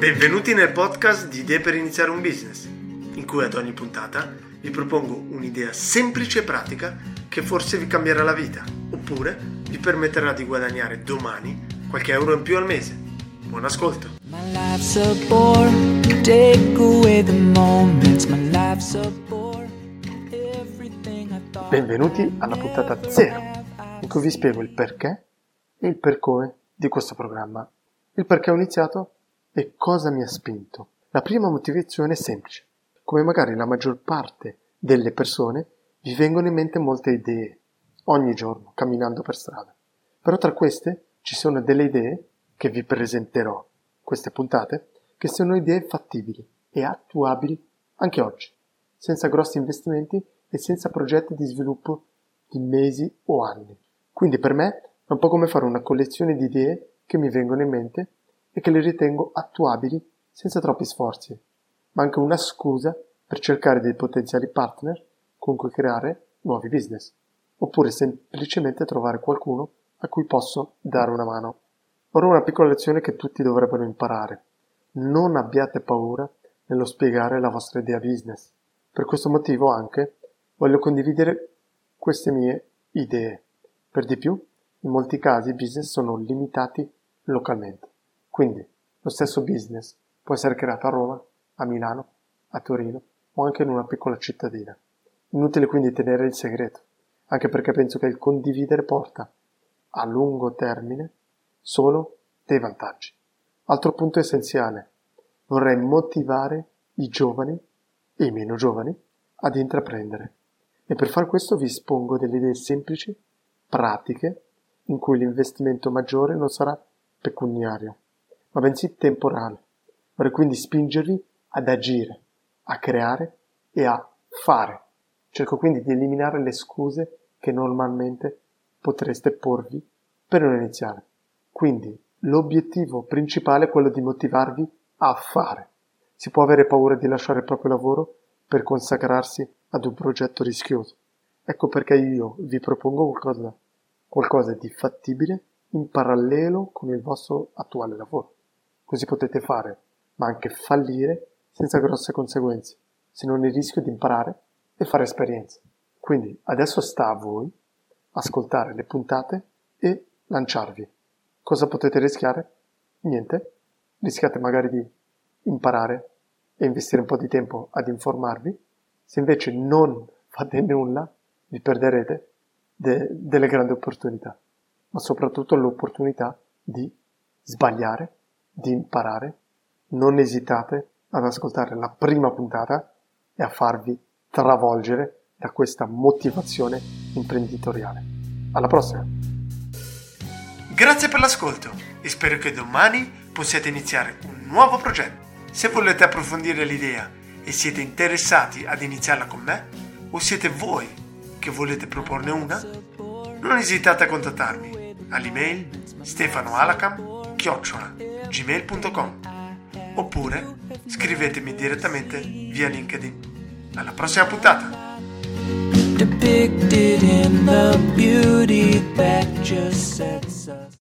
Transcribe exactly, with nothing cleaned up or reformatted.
Benvenuti nel podcast di Idee per iniziare un business, in cui ad ogni puntata vi propongo un'idea semplice e pratica che forse vi cambierà la vita, oppure vi permetterà di guadagnare domani qualche euro in più al mese. Buon ascolto! Benvenuti alla puntata zero, in cui vi spiego il perché e il per come di questo programma. Il perché ho iniziato e cosa mi ha spinto. La prima motivazione è semplice. Come magari la maggior parte delle persone, vi vengono in mente molte idee ogni giorno camminando per strada. Però tra queste ci sono delle idee che vi presenterò, queste puntate, che sono idee fattibili e attuabili anche oggi, senza grossi investimenti e senza progetti di sviluppo di mesi o anni. Quindi per me è un po' come fare una collezione di idee che mi vengono in mente e che le ritengo attuabili senza troppi sforzi, ma anche una scusa per cercare dei potenziali partner con cui creare nuovi business, oppure semplicemente trovare qualcuno a cui posso dare una mano. Ora una piccola lezione che tutti dovrebbero imparare. Non abbiate paura nello spiegare la vostra idea business. Per questo motivo anche voglio condividere queste mie idee. Per di più, in molti casi i business sono limitati localmente. Quindi lo stesso business può essere creato a Roma, a Milano, a Torino o anche in una piccola cittadina. Inutile quindi tenere il segreto, anche perché penso che il condividere porta a lungo termine solo dei vantaggi. Altro punto essenziale, vorrei motivare i giovani e i meno giovani ad intraprendere. E per far questo vi espongo delle idee semplici, pratiche, in cui l'investimento maggiore non sarà pecuniario, ma bensì temporale. Vorrei quindi spingervi ad agire, a creare e a fare. Cerco quindi di eliminare le scuse che normalmente potreste porvi per non iniziare. Quindi l'obiettivo principale è quello di motivarvi a fare. Si può avere paura di lasciare il proprio lavoro per consacrarsi ad un progetto rischioso. Ecco perché io vi propongo qualcosa, qualcosa di fattibile in parallelo con il vostro attuale lavoro. Così potete fare, ma anche fallire senza grosse conseguenze, se non il rischio di imparare e fare esperienza. Quindi adesso sta a voi ascoltare le puntate e lanciarvi. Cosa potete rischiare? Niente. Rischiate magari di imparare e investire un po' di tempo ad informarvi. Se invece non fate nulla, vi perderete de- delle grandi opportunità, ma soprattutto l'opportunità di sbagliare, di imparare. Non esitate ad ascoltare la prima puntata e a farvi travolgere da questa motivazione imprenditoriale. Alla prossima! Grazie per l'ascolto e spero che domani possiate iniziare un nuovo progetto. Se volete approfondire l'idea e siete interessati ad iniziarla con me, o siete voi che volete proporne una, non esitate a contattarmi all'email stefanoalacam chiocciola gmail punto com oppure scrivetemi direttamente via LinkedIn. Alla prossima puntata! Depicted in the beauty that just set